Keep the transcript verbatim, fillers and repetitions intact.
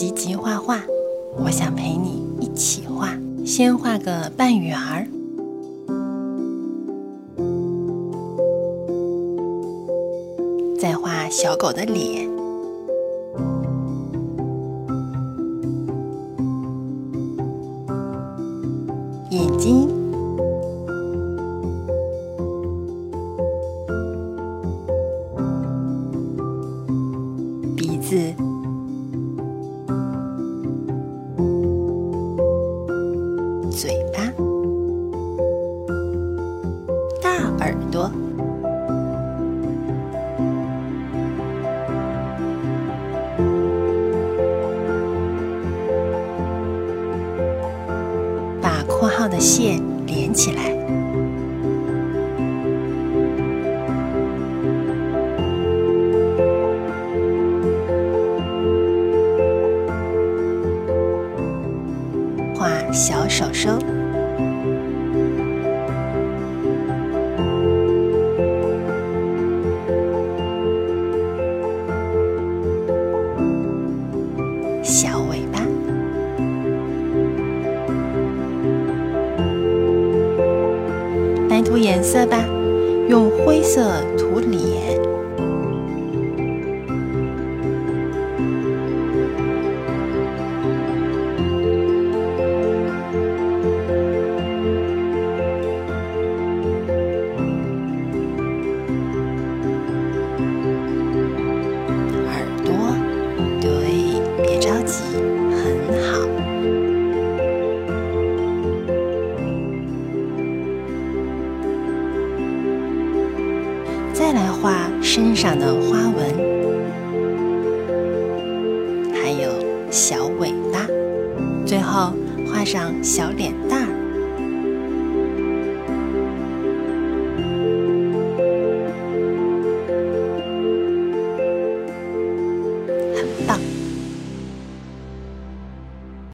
积极画画，我想陪你一起画。先画个半圆儿，再画小狗的脸，眼睛，鼻子，嘴巴，大耳朵，把括号的线连起来，画小手手，小尾巴，来涂颜色吧，用灰色涂脸，耳朵，对，别着急，很好。再来画身上的花纹，还有小尾巴，最后画上小脸蛋儿。